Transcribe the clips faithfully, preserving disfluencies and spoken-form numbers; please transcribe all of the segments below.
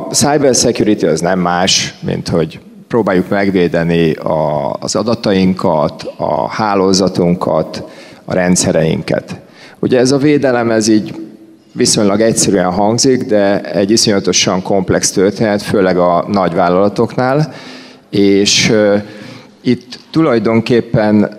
cyber security az nem más, mint hogy próbáljuk megvédeni a, az adatainkat, a hálózatunkat, a rendszereinket. Ugye ez a védelem, ez így viszonylag egyszerűen hangzik, de egy iszonyatosan komplex történet, főleg a nagyvállalatoknál, és uh, itt tulajdonképpen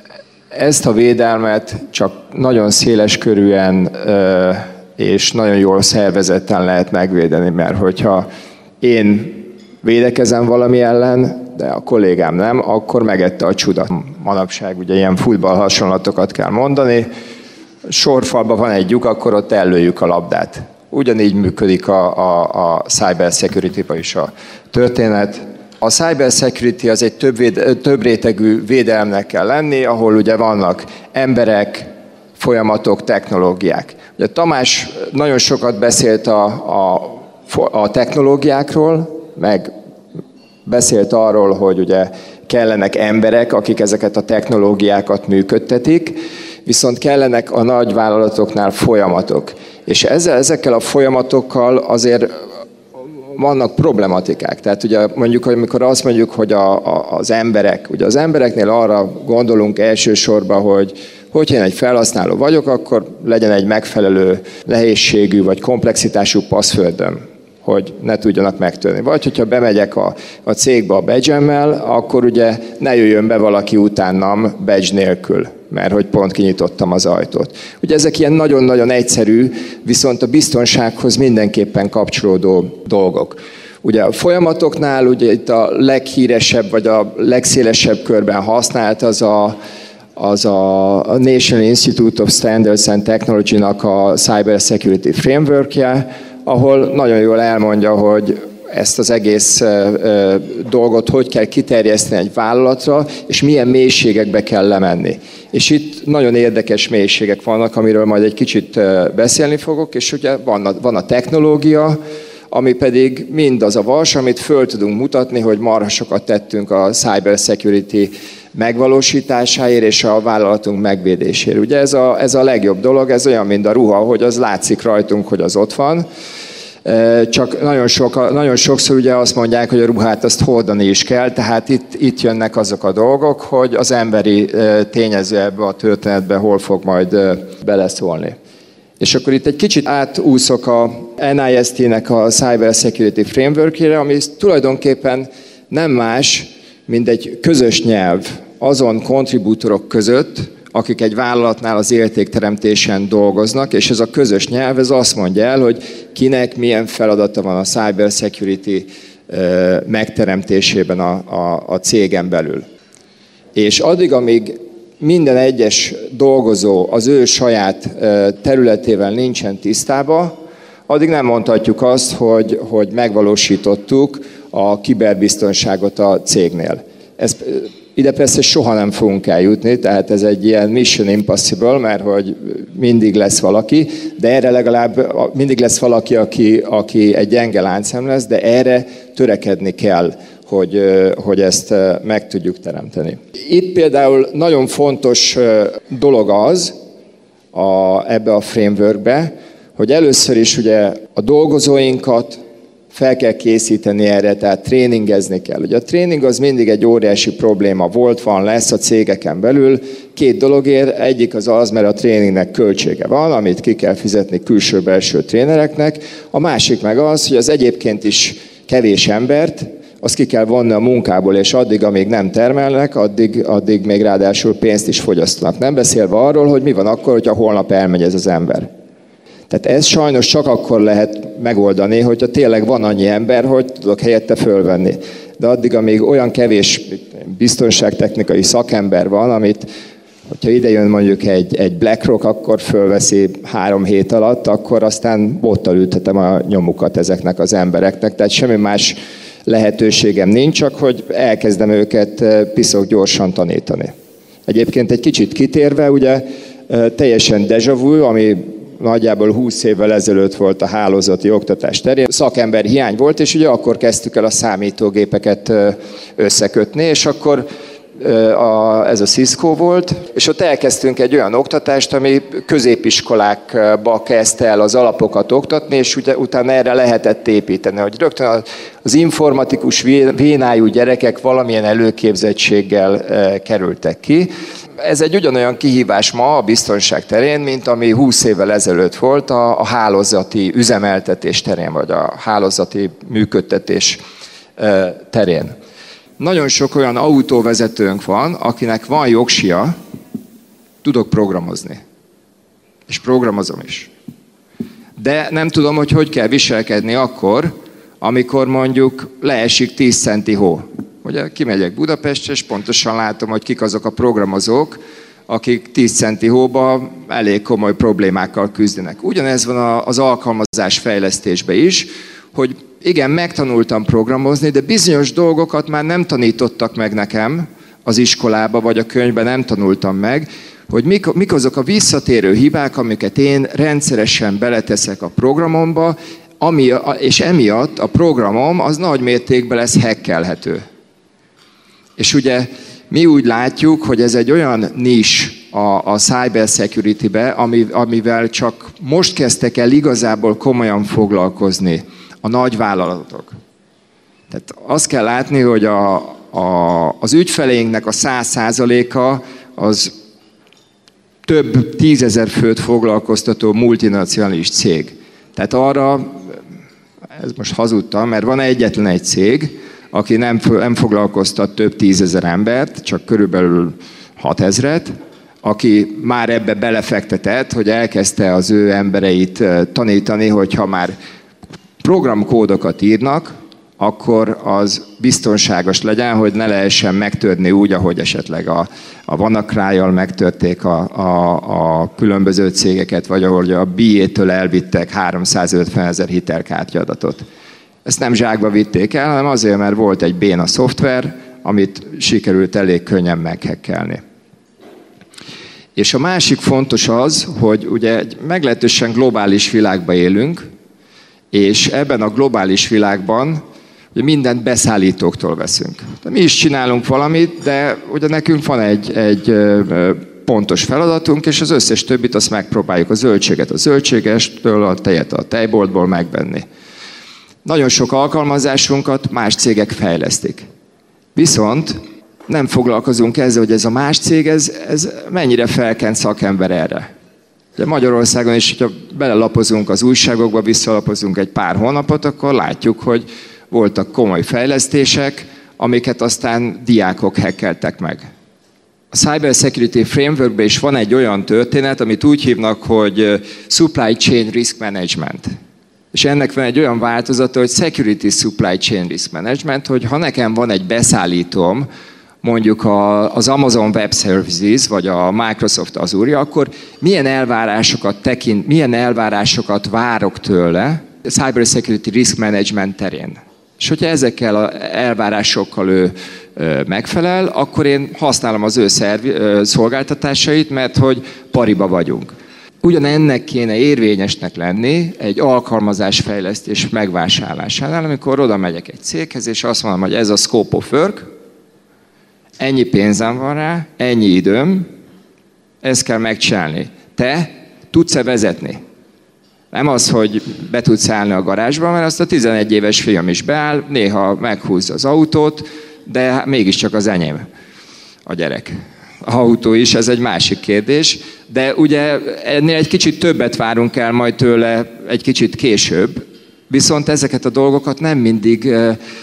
ezt a védelmet csak nagyon széleskörűen uh, és nagyon jól szervezetten lehet megvédeni, mert hogyha én védekezem valami ellen, de a kollégám nem, akkor megette a csudat. Manapság ugye ilyen futball hasonlatokat kell mondani, sorfalban van egy lyuk, akkor ott ellőjük a labdát. Ugyanígy működik a, a, a cyber security-ba is a történet. A cyber security az egy több, véde, több rétegű védelemnek kell lenni, ahol ugye vannak emberek, folyamatok, technológiák. Ugye Tamás nagyon sokat beszélt a, a, a technológiákról, meg beszélt arról, hogy ugye kellenek emberek, akik ezeket a technológiákat működtetik, viszont kellenek a nagy vállalatoknál folyamatok. És ezzel, ezekkel a folyamatokkal azért vannak problematikák. Tehát ugye mondjuk, amikor azt mondjuk, hogy a, a, az emberek, ugye az embereknél arra gondolunk elsősorban, hogy hogyha én egy felhasználó vagyok, akkor legyen egy megfelelő nehézségű vagy komplexitású passzföldöm, hogy ne tudjanak megtörni. Vagy hogyha bemegyek a, a cégbe a badge-emmel, akkor ugye ne jöjjön be valaki utánam badge nélkül, mert hogy pont kinyitottam az ajtót. Ugye ezek ilyen nagyon-nagyon egyszerű, viszont a biztonsághoz mindenképpen kapcsolódó dolgok. Ugye a folyamatoknál ugye itt a leghíresebb vagy a legszélesebb körben használt az a az a National Institute of Standards and Technology-nak a Cyber Security Framework-je, ahol nagyon jól elmondja, hogy ezt az egész dolgot hogy kell kiterjeszteni egy vállalatra, és milyen mélységekbe kell lemenni. És itt nagyon érdekes mélységek vannak, amiről majd egy kicsit beszélni fogok, és ugye van a, van a technológia, ami pedig mindaz a vas, amit föl tudunk mutatni, hogy marha sokat tettünk a cyber security megvalósításáért és a vállalatunk megvédésére. Ugye ez a, ez a legjobb dolog, ez olyan, mint a ruha, hogy az látszik rajtunk, hogy az ott van. Csak nagyon, sok, nagyon sokszor ugye azt mondják, hogy a ruhát azt hordani is kell, tehát itt, itt jönnek azok a dolgok, hogy az emberi tényező ebbe a történetbe hol fog majd beleszólni. És akkor itt egy kicsit átúszok a en i es té-nek a Cyber Security Framework-ére, ami tulajdonképpen nem más, mint egy közös nyelv azon kontribútorok között, akik egy vállalatnál az értékteremtésen dolgoznak, és ez a közös nyelv, ez azt mondja el, hogy kinek milyen feladata van a cyber security megteremtésében a, a, a cégen belül. És addig, amíg minden egyes dolgozó az ő saját területével nincsen tisztában, addig nem mondhatjuk azt, hogy, hogy megvalósítottuk a kiberbiztonságot a cégnél. Ez, ide persze soha nem fogunk eljutni, tehát ez egy ilyen mission impossible, mert hogy mindig lesz valaki, de erre legalább mindig lesz valaki, aki, aki egy gyenge láncszem lesz, de erre törekedni kell, hogy, hogy ezt meg tudjuk teremteni. Itt például nagyon fontos dolog az a, ebbe a frameworkbe, hogy először is ugye a dolgozóinkat fel kell készíteni erre, tehát tréningezni kell. Ugye a tréning az mindig egy óriási probléma volt, van, lesz a cégeken belül. Két dologért, egyik az az, mert a tréningnek költsége van, amit ki kell fizetni külső-belső trénereknek. A másik meg az, hogy az egyébként is kevés embert, azt ki kell vonni a munkából, és addig, amíg nem termelnek, addig, addig még ráadásul pénzt is fogyasztanak. Nem beszélve arról, hogy mi van akkor, hogyha holnap elmegy ez az ember. Tehát ez sajnos csak akkor lehet megoldani, hogyha tényleg van annyi ember, hogy tudok helyette fölvenni. De addig, amíg olyan kevés biztonságtechnikai szakember van, amit, hogyha ide jön mondjuk egy, egy BlackRock, akkor fölveszi három hét alatt, akkor aztán bottal ültetem a nyomukat ezeknek az embereknek. Tehát semmi más lehetőségem nincs, csak hogy elkezdem őket piszok gyorsan tanítani. Egyébként egy kicsit kitérve, ugye teljesen déjà vu, ami nagyjából húsz évvel ezelőtt volt a hálózati oktatás terén. Szakember hiány volt, és ugye akkor kezdtük el a számítógépeket összekötni, és akkor a, ez a Cisco volt, és ott elkezdtünk egy olyan oktatást, ami középiskolákba kezdte el az alapokat oktatni, és ugye, utána erre lehetett építeni, hogy rögtön az informatikus vénájú gyerekek valamilyen előképzettséggel kerültek ki. Ez egy ugyanolyan kihívás ma a biztonság terén, mint ami húsz évvel ezelőtt volt a, a hálózati üzemeltetés terén, vagy a hálózati működtetés terén. Nagyon sok olyan autóvezetőnk van, akinek van jogsia, tudok programozni. És programozom is. De nem tudom, hogy hogy kell viselkedni akkor, amikor mondjuk leesik tíz centi hó. Ugye kimegyek Budapestre, és pontosan látom, hogy kik azok a programozók, akik tíz centi hóba elég komoly problémákkal küzdenek. Ugyanez van az alkalmazás fejlesztésben is, hogy igen, megtanultam programozni, de bizonyos dolgokat már nem tanítottak meg nekem az iskolába, vagy a könyvben nem tanultam meg, hogy mik, mik azok a visszatérő hibák, amiket én rendszeresen beleteszek a programomba, ami, és emiatt a programom az nagy mértékben lesz hackelhető. És ugye mi úgy látjuk, hogy ez egy olyan niche a, a cyber security-be, ami, amivel csak most kezdtek el igazából komolyan foglalkozni a nagyvállalatok. Tehát azt kell látni, hogy a, a, az ügyfeleinknek a száz százaléka az több tízezer főt foglalkoztató multinacionális cég. Tehát arra, ez most hazudtam, mert van egyetlen egy cég, aki nem, nem foglalkoztat több tízezer embert, csak körülbelül hatezret, aki már ebbe belefektetett, hogy elkezdte az ő embereit tanítani, hogyha már programkódokat írnak, akkor az biztonságos legyen, hogy ne lehessen megtörni úgy, ahogy esetleg a, a WannaCry-jal megtörték a, a, a különböző cégeket, vagy ahogy a bé á-től elvittek háromszázötven ezer hitelkártyaadatot. Ezt nem zsákba vitték el, hanem azért, mert volt egy béna szoftver, amit sikerült elég könnyen meghekkelni. És a másik fontos az, hogy ugye egy meglehetősen globális világban élünk, és ebben a globális világban ugye mindent beszállítóktól veszünk. De mi is csinálunk valamit, de ugye nekünk van egy, egy pontos feladatunk, és az összes többit azt megpróbáljuk, a zöldséget a zöldségestől, a tejet a tejboltból megvenni. Nagyon sok alkalmazásunkat más cégek fejlesztik. Viszont nem foglalkozunk ezzel, hogy ez a más cég, ez, ez mennyire felkent szakember erre. Ugye Magyarországon is, hogyha belelapozunk az újságokba, visszalapozunk egy pár hónapot, akkor látjuk, hogy voltak komoly fejlesztések, amiket aztán diákok hackeltek meg. A Cyber Security Frameworkben is van egy olyan történet, amit úgy hívnak, hogy Supply Chain Risk Management. És ennek van egy olyan változata, hogy Security Supply Chain Risk Management, hogy ha nekem van egy beszállítóm, mondjuk az Amazon Web Services, vagy a Microsoft Azure-ja, akkor milyen elvárásokat tekint, milyen elvárásokat várok tőle a Cyber Security Risk Management terén. És hogyha ezekkel az elvárásokkal ő megfelel, akkor én használom az ő szervi, szolgáltatásait, mert hogy pariba vagyunk. Ugyanennek kéne érvényesnek lenni egy alkalmazásfejlesztés megvásárlásánál, amikor oda megyek egy céghez, és azt mondom, hogy ez a scope of work, ennyi pénzem van rá, ennyi időm, ezt kell megcsinálni. Te tudsz-e vezetni? Nem az, hogy be tudsz állni a garázsba, mert azt a tizenegy éves fiam is beáll, néha meghúzza az autót, de mégiscsak az enyém a gyerek. A autó is, ez egy másik kérdés, de ugye ennél egy kicsit többet várunk el majd tőle egy kicsit később, viszont ezeket a dolgokat nem mindig,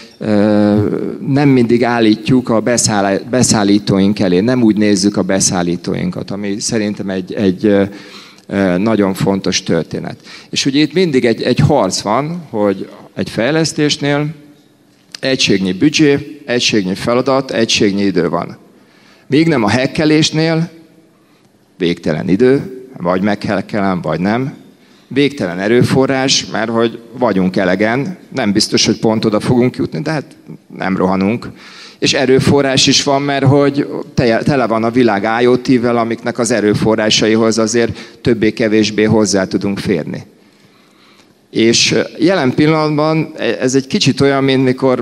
nem mindig állítjuk a beszállítóink elé, nem úgy nézzük a beszállítóinkat, ami szerintem egy, egy nagyon fontos történet. És ugye itt mindig egy, egy harc van, hogy egy fejlesztésnél egységnyi büdzsé, egységnyi feladat, egységnyi idő van. Míg nem a hackelésnél végtelen idő, vagy meghackelem, vagy nem. Végtelen erőforrás, mert hogy vagyunk elegen, nem biztos, hogy pont oda fogunk jutni, de hát nem rohanunk. És erőforrás is van, mert hogy tele van a világ I O T-vel, amiknek az erőforrásaihoz azért többé-kevésbé hozzá tudunk férni. És jelen pillanatban ez egy kicsit olyan, mint mikor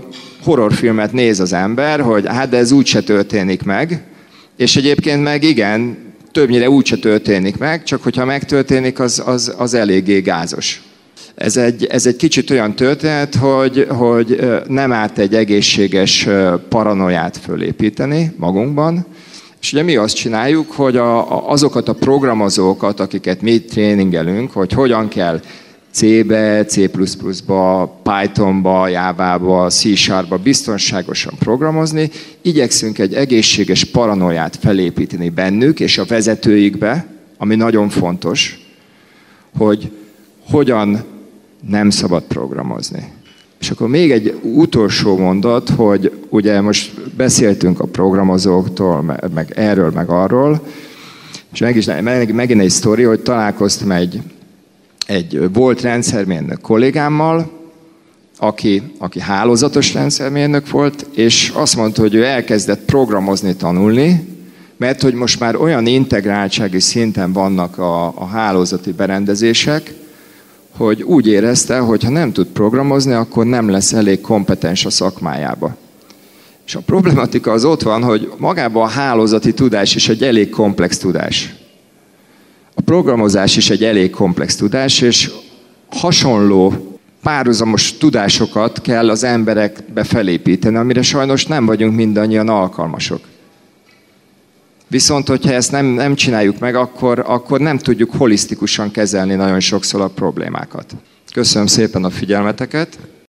horrorfilmet néz az ember, hogy hát de ez úgyse történik meg, és egyébként meg igen, többnyire úgyse történik meg, csak hogyha megtörténik, az, az, az eléggé gázos. Ez egy, ez egy kicsit olyan történet, hogy, hogy nem árt egy egészséges paranoiát fölépíteni magunkban, és ugye mi azt csináljuk, hogy a, a, azokat a programozókat, akiket mi tréningelünk, hogy hogyan kell C-be, C plusz plusz-ba, Pythonba, Java-ba, C-sharpba biztonságosan programozni, igyekszünk egy egészséges paranoiát felépíteni bennük és a vezetőikbe, ami nagyon fontos, hogy hogyan nem szabad programozni. És akkor még egy utolsó mondat, hogy ugye most beszéltünk a programozóktól, meg erről, meg arról, és meg is, megint egy sztori, hogy találkoztam egy, egy volt rendszermérnök kollégámmal, aki, aki hálózatos rendszermérnök volt, és azt mondta, hogy ő elkezdett programozni, tanulni, mert hogy most már olyan integráltsági szinten vannak a, a hálózati berendezések, hogy úgy érezte, hogy ha nem tud programozni, akkor nem lesz elég kompetens a szakmájába. És a problematika az ott van, hogy magában a hálózati tudás is egy elég komplex tudás. A programozás is egy elég komplex tudás, és hasonló párhuzamos tudásokat kell az emberekbe felépíteni, amire sajnos nem vagyunk mindannyian alkalmasok. Viszont, hogyha ezt nem, nem csináljuk meg, akkor, akkor nem tudjuk holisztikusan kezelni nagyon sokszor a problémákat. Köszönöm szépen a figyelmeteket!